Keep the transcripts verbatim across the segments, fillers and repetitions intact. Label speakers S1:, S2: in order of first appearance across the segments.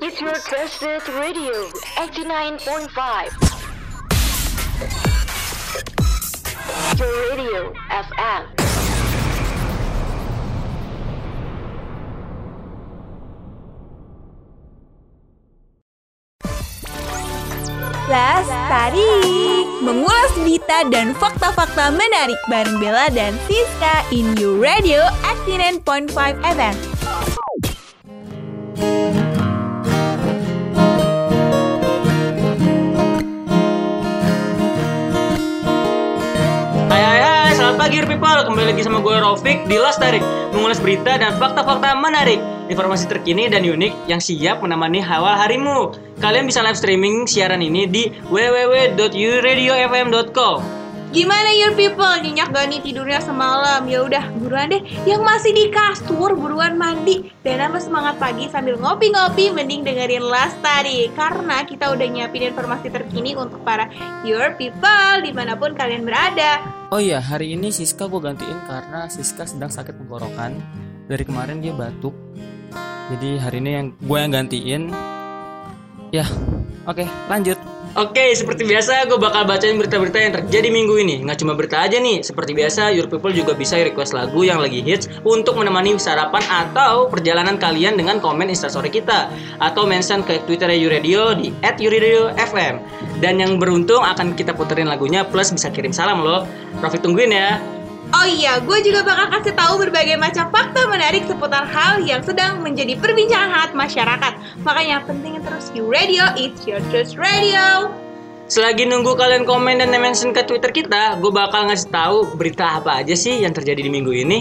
S1: It's your trusted radio, eighty-nine point five. Your radio F M.
S2: Lastari, mengulas berita dan fakta-fakta menarik bareng Bella dan Siska in your radio eighty-nine point five F M.
S3: Hai hai hai, selamat pagi people. Kembali lagi sama gue Raufik di Lastari, mengulas berita dan fakta-fakta menarik, informasi terkini dan unik yang siap menemani awal harimu. Kalian bisa live streaming siaran ini di w w w dot u radio f m dot com.
S2: Gimana your people? Nyenyak gak nih tidurnya semalam? Ya udah, buruan deh. Yang masih di kasur, buruan mandi dan nambah semangat pagi sambil ngopi-ngopi. Mending dengerin Lastari karena kita udah nyiapin informasi terkini untuk para your people dimanapun kalian berada.
S4: Oh iya, hari ini Siska gue gantiin karena Siska sedang sakit tenggorokan. Dari kemarin dia batuk. Jadi hari ini yang gue yang gantiin. Ya, oke, lanjut.
S3: Oke, seperti biasa gue bakal bacain berita-berita yang terjadi minggu ini. Nggak cuma berita aja nih, seperti biasa your people juga bisa request lagu yang lagi hits untuk menemani sarapan atau perjalanan kalian dengan komen instastory kita, atau mention ke Twitter You Radio di at you radio f m. Dan yang beruntung akan kita puterin lagunya plus bisa kirim salam loh. Rafi tungguin ya.
S2: Oh iya, gue juga bakal kasih tahu berbagai macam fakta menarik seputar hal yang sedang menjadi perbincangan hangat masyarakat. Makanya pentingin terus You Radio, it's your choice radio.
S3: Selagi nunggu kalian komen dan mention ke Twitter kita, gue bakal ngasih tahu berita apa aja sih yang terjadi di minggu ini.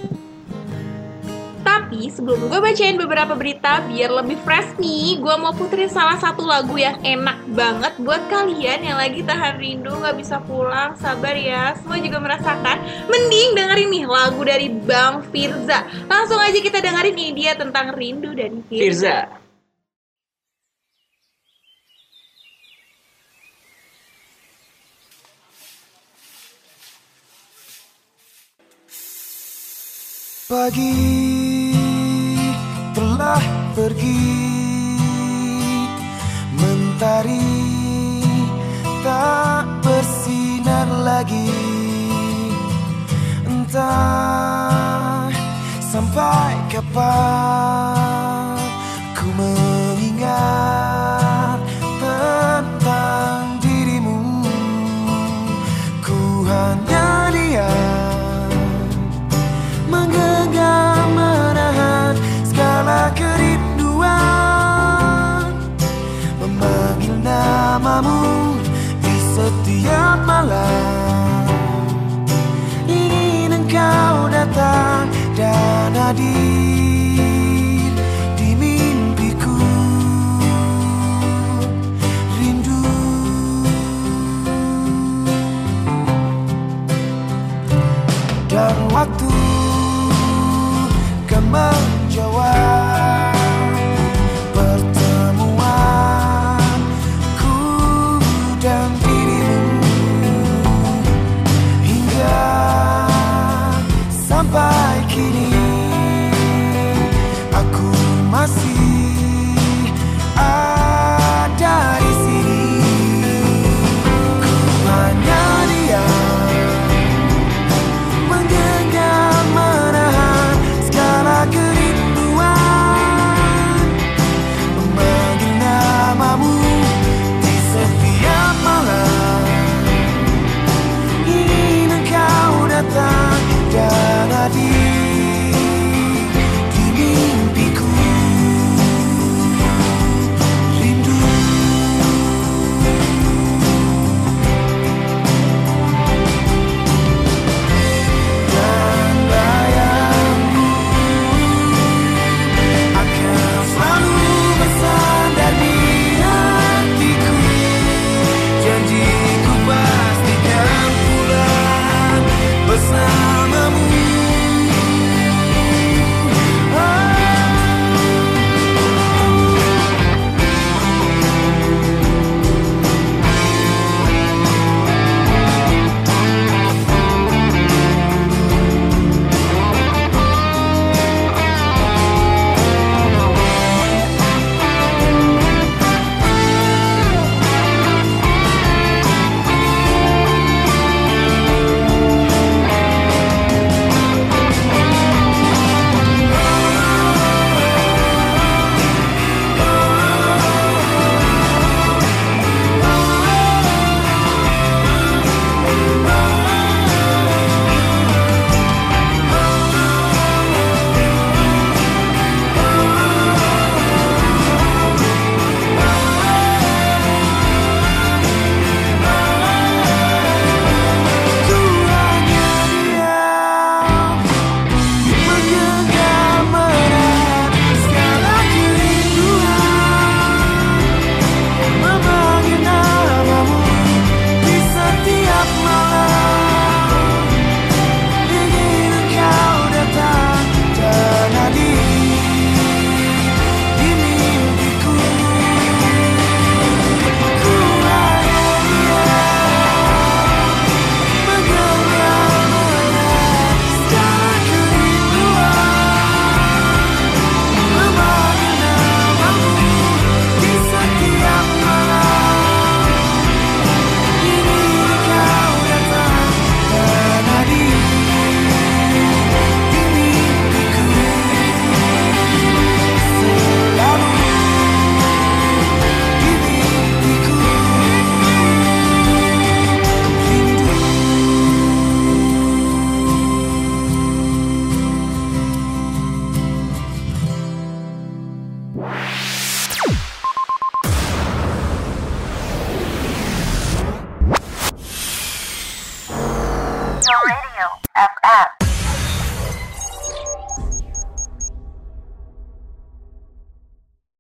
S2: Tapi sebelum gue bacain beberapa berita biar lebih fresh nih, gue mau puterin salah satu lagu yang enak banget buat kalian yang lagi tahan rindu gak bisa pulang. Sabar ya, semua juga merasakan. Mending dengerin nih lagu dari Bang Firza. Langsung aja kita dengerin ini dia tentang rindu dari Firza,
S3: Firza.
S5: Pagi telah pergi, mentari tak bersinar lagi. Entah sampai kapan ku mengingat tentang dirimu. Ku hanya diam menggenggam menahan segala kerinduan, memanggil namamu di setiap malam. Ingin engkau datang dan hadir di mimpiku. Rindu dan waktu menjawab pertemuanku dan dirimu, hingga sampai kini aku masih ada di sini. Ku hanya diam menggenggam menahan segala kerinduan, memanggil namamu di setiap malam. Ingin engkau datang dan hadir di mimpiku.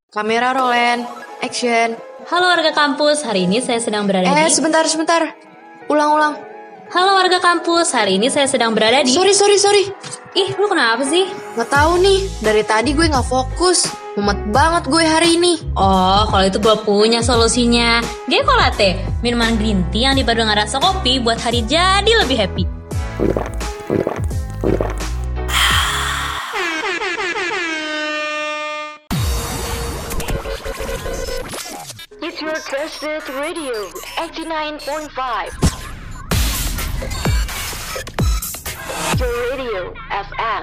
S6: Kamera Roland, action.
S7: Halo warga kampus, hari ini saya sedang berada
S6: Eh,
S7: di...
S6: sebentar, sebentar. Ulang-ulang.
S7: Halo warga kampus, hari ini saya sedang berada di...
S6: Sorry, sorry, sorry.
S7: Ih, lu kenapa sih?
S6: Nggak tahu nih, dari tadi gue nggak fokus. Mumet banget gue hari ini.
S7: Oh, kalau itu gue punya solusinya. Gecko Latte, minuman green tea yang dipadu dengan rasa kopi buat hari jadi lebih happy.
S1: It's your trusted radio, eighty-nine point five. Your radio F M.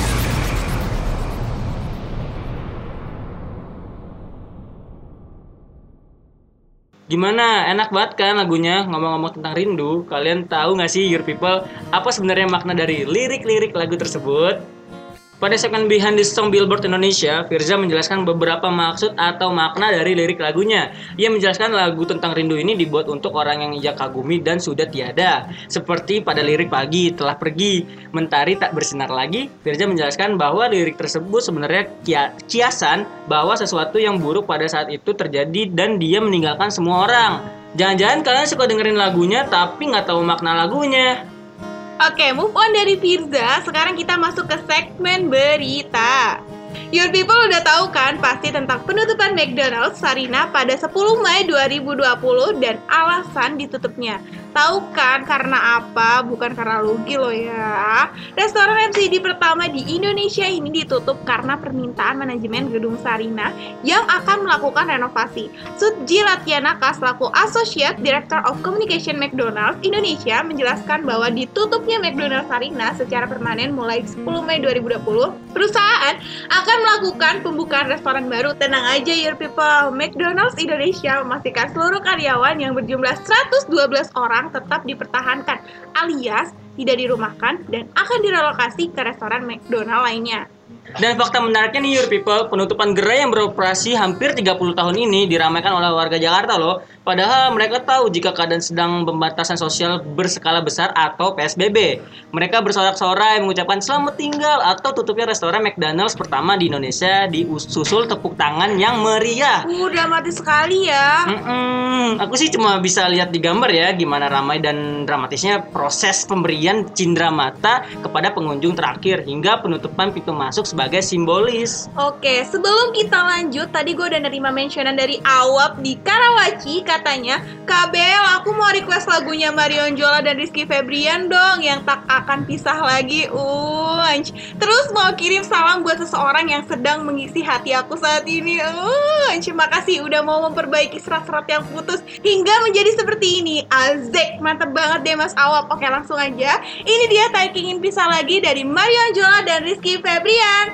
S3: Gimana? Enak banget kan lagunya? Ngomong-ngomong tentang rindu, kalian tahu gak sih Your People, apa sebenarnya makna dari lirik-lirik lagu tersebut? Pada segmen Behind the Song Billboard Indonesia, Firza menjelaskan beberapa maksud atau makna dari lirik lagunya. Ia menjelaskan lagu tentang rindu ini dibuat untuk orang yang ia kagumi dan sudah tiada. Seperti pada lirik Pagi Telah Pergi, Mentari Tak Bersinar Lagi, Firza menjelaskan bahwa lirik tersebut sebenarnya kiasan bahwa sesuatu yang buruk pada saat itu terjadi dan dia meninggalkan semua orang. Jangan-jangan kalian suka dengerin lagunya tapi nggak tahu makna lagunya.
S2: Oke, move on dari Firza. Sekarang kita masuk ke segmen berita. Your People udah tahu kan pasti tentang penutupan McDonald's Sarina pada sepuluh Mei dua ribu dua puluh dan alasan ditutupnya. Tahu kan karena apa? Bukan karena rugi loh ya. Restoran M C D pertama di Indonesia ini ditutup karena permintaan manajemen gedung Sarina yang akan melakukan renovasi. Sutji Latianaka selaku Associate Director of Communication McDonald's Indonesia menjelaskan bahwa ditutupnya McDonald's Sarina secara permanen mulai sepuluh Mei dua ribu dua puluh, perusahaan akan melakukan pembukaan restoran baru. Tenang aja Your People, McDonald's Indonesia memastikan seluruh karyawan yang berjumlah seratus dua belas orang tetap dipertahankan alias tidak dirumahkan dan akan direlokasi ke restoran McDonald lainnya.
S3: Dan fakta menariknya nih Your People, penutupan gerai yang beroperasi hampir tiga puluh tahun ini diramaikan oleh warga Jakarta loh. Padahal mereka tahu jika keadaan sedang pembatasan sosial berskala besar atau P S B B. Mereka bersorak-sorai mengucapkan selamat tinggal atau tutupnya restoran McDonald's pertama di Indonesia disusul tepuk tangan yang meriah.
S2: Uh, dramatis sekali ya.
S3: Mm-mm. Aku sih cuma bisa lihat di gambar ya gimana ramai dan dramatisnya proses pemberian cindera mata kepada pengunjung terakhir hingga penutupan pintu masuk sebagai simbolis.
S2: Oke, sebelum kita lanjut, tadi gue udah nerima mentionan dari Awap di Karawaci. Katanya, Kak Bel, aku mau request lagunya Marion Jola dan Rizky Febrian dong yang tak akan pisah lagi. Unj. Terus mau kirim salam buat seseorang yang sedang mengisi hati aku saat ini. Unj. Makasih udah mau memperbaiki serat-serat yang putus hingga menjadi seperti ini. Azek, mantep banget deh Mas Awap. Oke, langsung aja. Ini dia Tak Ingin Pisah Lagi dari Marion Jola dan Rizky Febrian.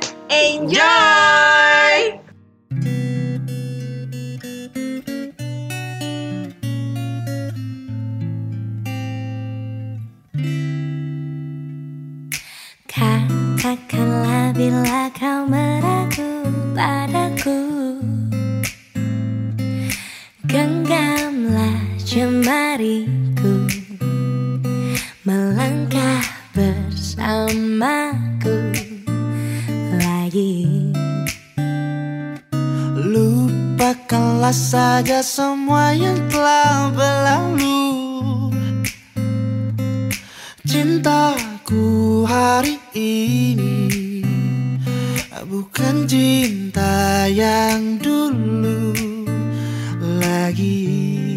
S2: Enjoy!
S8: Katakanlah bila kau meragu padaku, genggamlah jemariku, melangkah bersamaku lagi.
S5: Lupakanlah saja semua yang telah berlalu. Cintaku hari ini bukan cinta yang dulu lagi.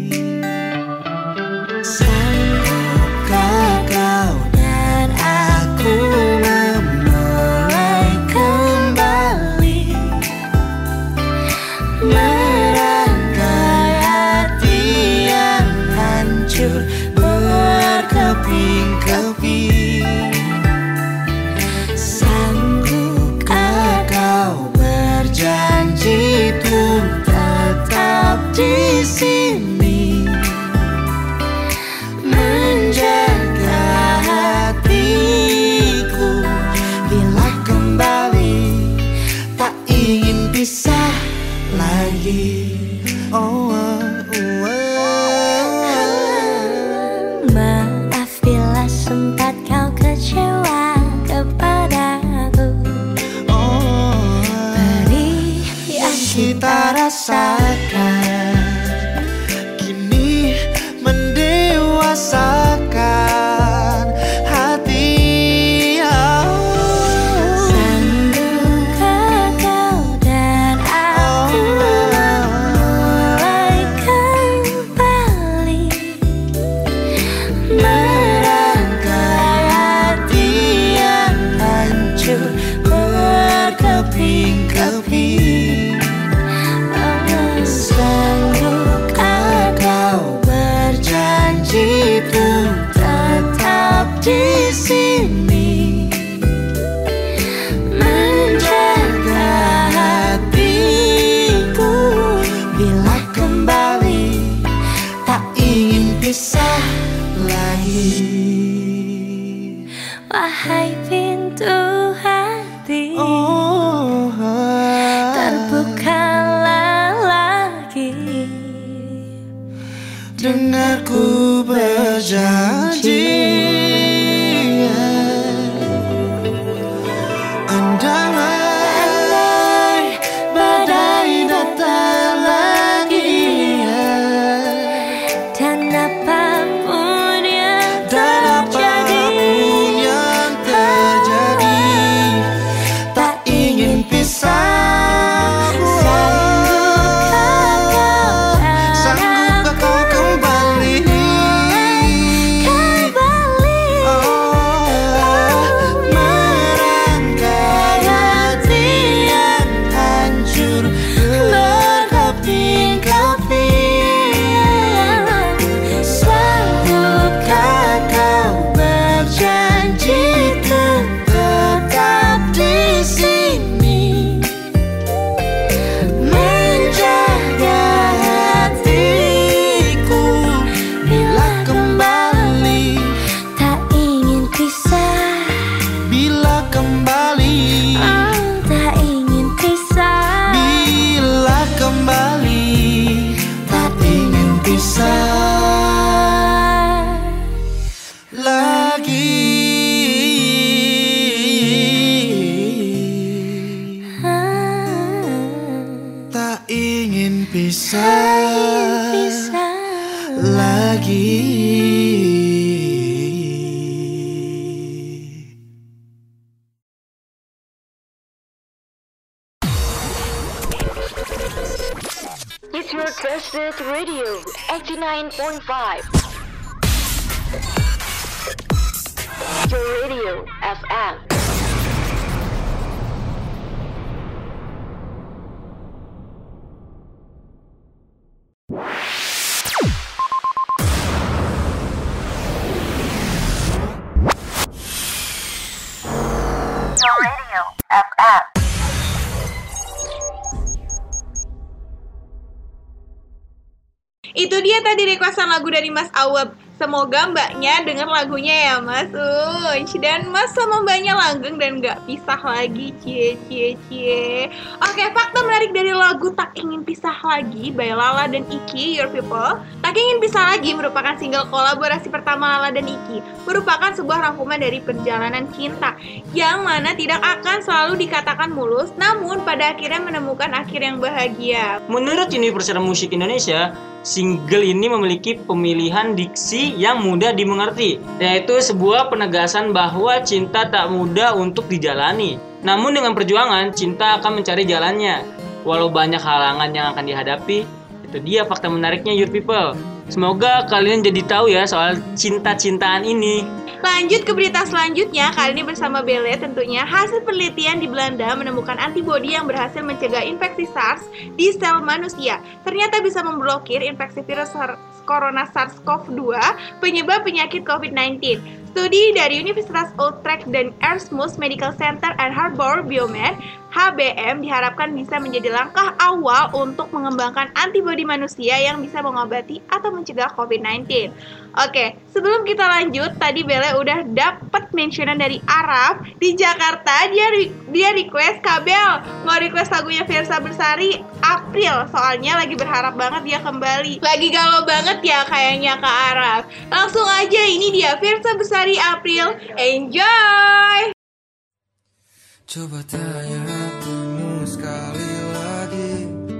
S5: Sanggupkah kau dan aku memulai kembali, merangkai hati yang hancur berkeping-keping? Sanggupkah kau berjanji untuk kita rasakan kini mendewasakan hati.
S8: Sanggupkah kau dan aku mulai kembali merangkai hati yang hancur berkeping-keping? Sanggupkah kau berjanji untuk tetap di sini menjaga hatiku bila kembali tak ingin pisah lagi? Wahai pintu hati,
S5: Oh,
S8: terbukalah lagi.
S5: dengarku berjanji, andai badai datang lagi,
S8: Dan apapun yang
S5: dan
S8: terjadi,
S5: apapun yang terjadi, tak ingin pisah. Sanggupkah kau kembali? Oh, merangkai hati yang hancur berkeping-keping. Sanggupkah kau berjanji untuk tetap di sini menjaga hatiku bila kembali,
S8: tak ingin pisah,
S5: bila kembali,
S8: oh, tak ingin pisah.
S5: bila kembali, tak ingin pisah lagi. Tak ingin pisah lagi.
S1: It's your trusted radio, eighty-nine point five. Your radio F M. Your radio F M.
S2: Itu dia tadi requestan lagu dari Mas Awab. Semoga mbaknya denger lagunya ya Mas Unch. Dan Mas sama mbaknya langgeng dan gak pisah lagi. Cie cie cie. Oke, fakta menarik dari lagu Tak Ingin Pisah Lagi by Lala dan Iki, Your People. Tak Ingin Pisah Lagi merupakan single kolaborasi pertama Lala dan Iki. Merupakan sebuah rangkuman dari perjalanan cinta yang mana tidak akan selalu dikatakan mulus, namun pada akhirnya menemukan akhir yang bahagia.
S3: Menurut Universitas Musik Indonesia, single ini memiliki pemilihan diksi yang mudah dimengerti, yaitu sebuah penegasan bahwa cinta tak mudah untuk dijalani. Namun dengan perjuangan, cinta akan mencari jalannya. Walau banyak halangan yang akan dihadapi, itu dia fakta menariknya, Your People. Semoga kalian jadi tahu ya soal cinta-cintaan ini.
S2: Lanjut ke berita selanjutnya, kali ini bersama Belle tentunya. Hasil penelitian di Belanda menemukan antibodi yang berhasil mencegah infeksi SARS di sel manusia. Ternyata bisa memblokir infeksi virus corona SARS-CoV dua penyebab penyakit covid sembilan belas. Studi dari Universitas Utrecht dan Erasmus Medical Center and Harbor Biomed H B M diharapkan bisa menjadi langkah awal untuk mengembangkan antibodi manusia yang bisa mengobati atau mencegah covid sembilan belas. Oke, sebelum kita lanjut, tadi Bella udah dapet mentionan dari Araf di Jakarta. Dia dia request Kabel mau request lagunya Fiersa Bersari April, soalnya lagi berharap banget dia kembali. Lagi galau banget ya kayaknya Kak Araf. Langsung aja, ini dia Fiersa Bersari April. Enjoy.
S9: Coba tanya kamu sekali lagi,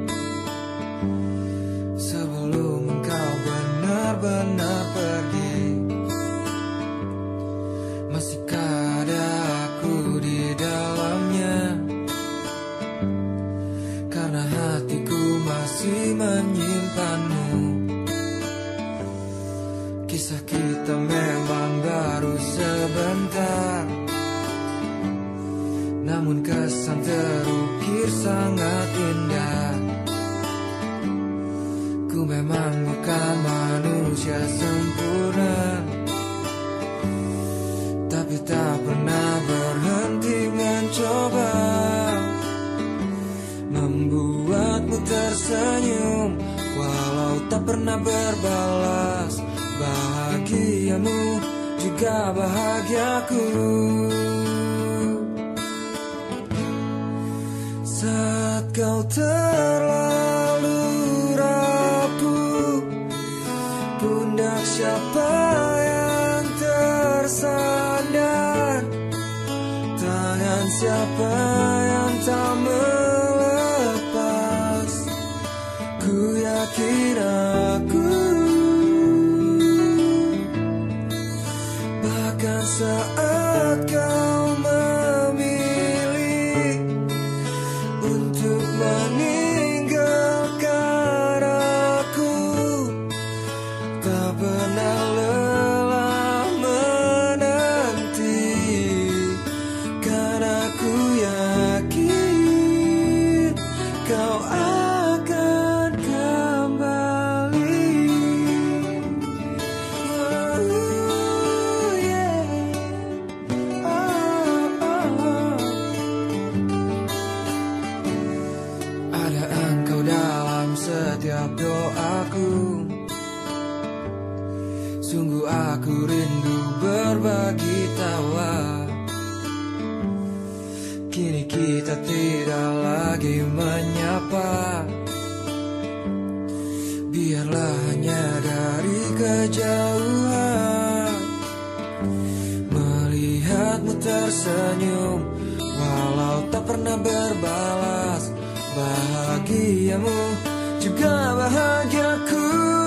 S5: sangat indah. Ku memang bukan manusia sempurna, tapi tak pernah berhenti mencoba membuatmu tersenyum, walau tak pernah berbalas. Bahagiamu juga bahagiaku. Saat kau terlalu rapuh, pundak siapa yang tersandar? Tangan siapa yang tak melepas? Ku yakin aku, bahkan saat kau memilih untuk meninggalkan aku, tak pernah lelah menanti, karena ku yakin kau akan kembali. Oh, yeah. Oh, oh, oh. Ada engkau dalam setiap doaku, sungguh aku rindu berbagi tawa. Kini kita tidak lagi menyapa, biarlah hanya dari kejauhan melihatmu tersenyum, walau tak pernah berbalas. Bahagiamu juga bahagiaku.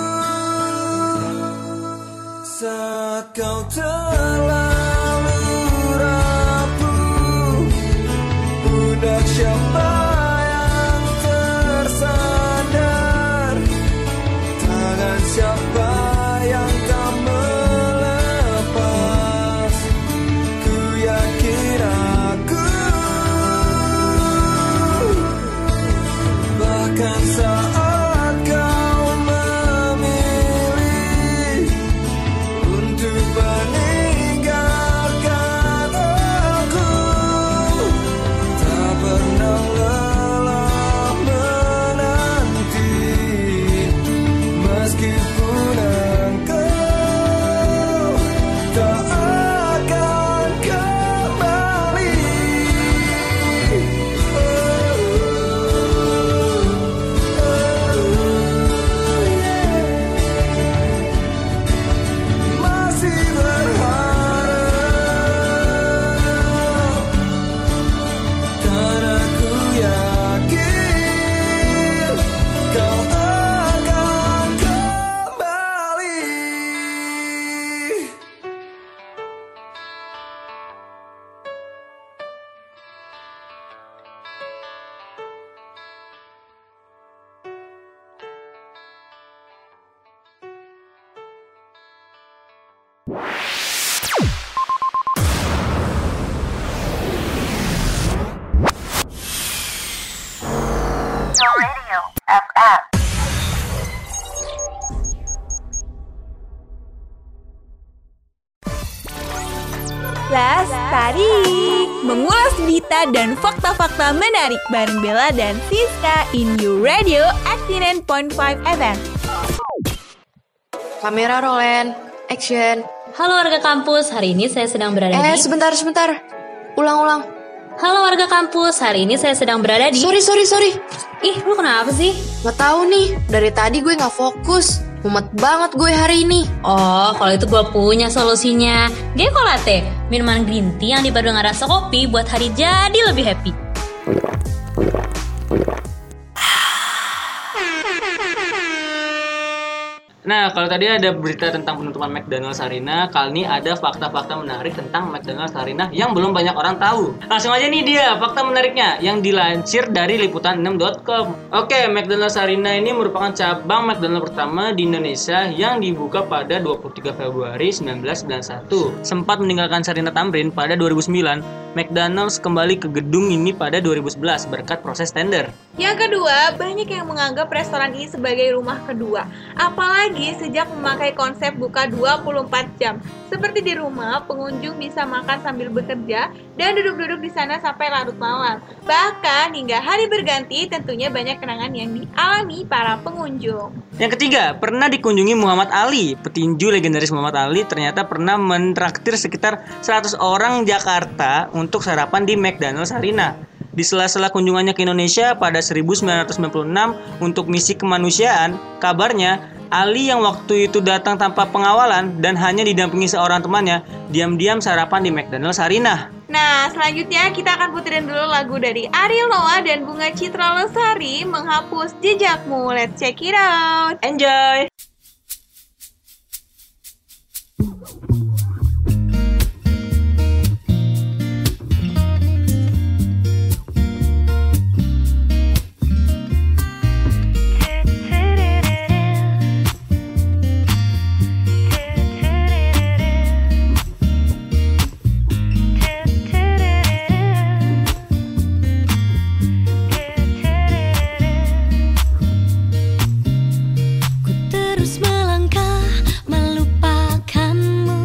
S5: Saat kau terlalu rapuh, pundak siapa yang tersandar? Tangan siapa yang tak melepas? Ku yakin aku, bahkan saat kau memilih untuk meninggalkan aku, tak pernah lelah menanti, meskipun engkau tak akan kembali. Oh, oh, yeah. Masih berharap, karena ku yakin kau akan kembali.
S2: Lestari mengulas berita dan fakta-fakta menarik bareng Bella dan Siska in You Radio eighty-nine point five F M.
S6: Kamera rolen, action.
S7: Halo warga kampus, hari ini saya sedang berada
S6: Eh,
S7: di...
S6: sebentar, sebentar. Ulang-ulang.
S7: Halo warga kampus, hari ini saya sedang berada di...
S6: Sorry, sorry, sorry.
S7: Ih, lu kenapa sih?
S6: Gak tahu nih, dari tadi gue gak fokus. Mumet banget gue hari ini.
S7: Oh, kalau itu gue punya solusinya. Gecko Latte, minuman green tea yang dipadu dengan rasa kopi buat hari jadi lebih happy.
S3: Nah, kalau tadi ada berita tentang penutupan McDonald's Sarina, kali ini ada fakta-fakta menarik tentang McDonald's Sarina yang belum banyak orang tahu. Langsung aja nih dia fakta menariknya yang dilansir dari liputan enam titik com. Oke, McDonald's Sarina ini merupakan cabang McDonald's pertama di Indonesia yang dibuka pada dua puluh tiga Februari seribu sembilan ratus sembilan puluh satu. Sempat meninggalkan Sarina Tamrin pada dua ribu sembilan, McDonald's kembali ke gedung ini pada dua ribu sebelas berkat proses tender.
S2: Yang kedua, banyak yang menganggap restoran ini sebagai rumah kedua. Apalagi sejak memakai konsep buka dua puluh empat jam. Seperti di rumah, pengunjung bisa makan sambil bekerja dan duduk-duduk di sana sampai larut malam. Bahkan hingga hari berganti, tentunya banyak kenangan yang dialami para pengunjung.
S3: Yang ketiga, pernah dikunjungi Muhammad Ali. Petinju legendaris Muhammad Ali ternyata pernah mentraktir sekitar seratus orang Jakarta untuk sarapan di McDonald's Sarina. Di sela-sela kunjungannya ke Indonesia pada seribu sembilan ratus sembilan puluh enam untuk misi kemanusiaan, kabarnya Ali yang waktu itu datang tanpa pengawalan dan hanya didampingi seorang temannya, diam-diam sarapan di McDonald's Sarina.
S2: Nah, selanjutnya kita akan puterin dulu lagu dari Ariel Noah dan Bunga Citra Lestari, Menghapus Jejakmu. Let's check it out.
S3: Enjoy!
S8: Terus melangkah melupakanmu,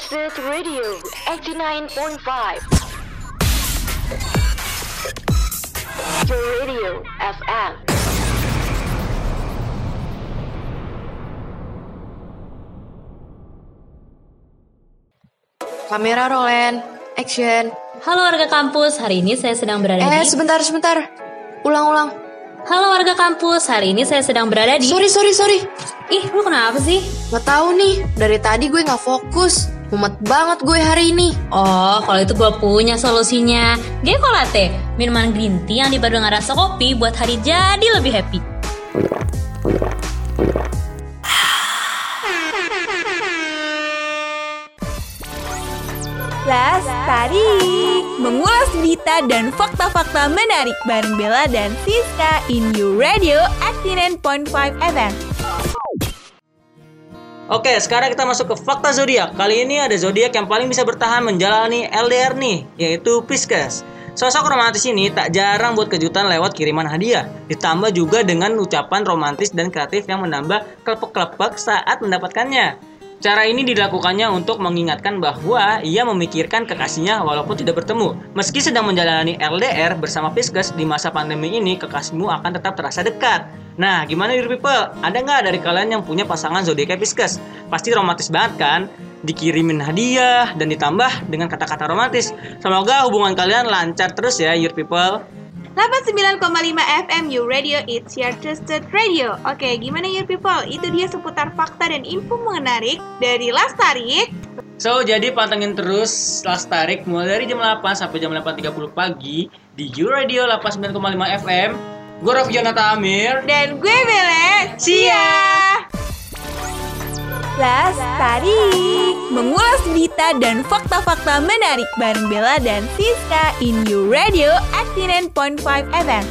S1: trusted radio, eighty-nine point five. Your radio F M.
S6: Kamera rolen, action.
S7: Halo warga kampus, hari ini saya sedang berada
S6: Eh,
S7: di...
S6: sebentar, sebentar. Ulang-ulang.
S7: Halo warga kampus, hari ini saya sedang berada di...
S6: Sorry, sorry, sorry.
S7: Ih, lu kenapa sih?
S6: Gak tahu nih, dari tadi gue gak fokus. Mumet banget gue hari ini.
S7: Oh, kalau itu gue punya solusinya. Gecko Latte, minuman green tea yang dipadu dengan rasa kopi buat hari jadi lebih happy.
S9: Lastari, mengulas berita dan fakta-fakta menarik bareng Bella dan Siska in your radio eighty-nine point five F M.
S3: Oke, sekarang kita masuk ke fakta zodiak. Kali ini ada zodiak yang paling bisa bertahan menjalani L D R nih, yaitu Pisces. Sosok romantis ini tak jarang buat kejutan lewat kiriman hadiah. Ditambah juga dengan ucapan romantis dan kreatif yang menambah klepek-klepek saat mendapatkannya. Cara ini dilakukannya untuk mengingatkan bahwa ia memikirkan kekasihnya walaupun tidak bertemu. Meski sedang menjalani L D R bersama Pisces di masa pandemi ini, kekasihmu akan tetap terasa dekat. Nah, gimana your people? Ada nggak dari kalian yang punya pasangan zodiaknya Pisces? Pasti romantis banget kan? Dikirimin hadiah dan ditambah dengan kata-kata romantis. Semoga hubungan kalian lancar terus ya your people.
S2: delapan puluh sembilan koma lima F M You Radio, it's your trusted radio. Oke, gimana your people? Itu dia seputar fakta dan info menarik dari Lastari.
S3: So, jadi pantengin terus Lastari mulai dari jam delapan sampai jam delapan tiga puluh pagi di You Radio delapan puluh sembilan koma lima F M. Gue Raffi Jonata Amir.
S2: Dan gue Belle. See ya!
S9: Lastari, mengulas berita dan fakta-fakta menarik bareng Bella dan Siska in your radio eighty-nine point five F M.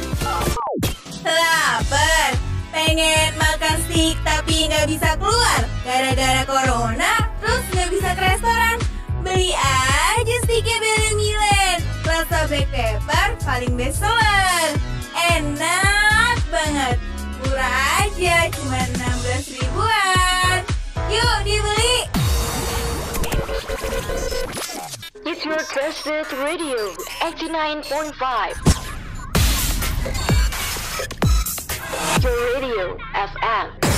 S10: Lapar, pengen makan steak tapi nggak bisa keluar gara-gara corona, terus nggak bisa ke restoran. Beli aja steaknya Belle Milen, rasa black pepper paling best seller. Enak banget, murah aja, cuma enam belas ribuan. Yuk dibeli.
S1: It's your trusted radio, eighty-nine point five. Your radio F M.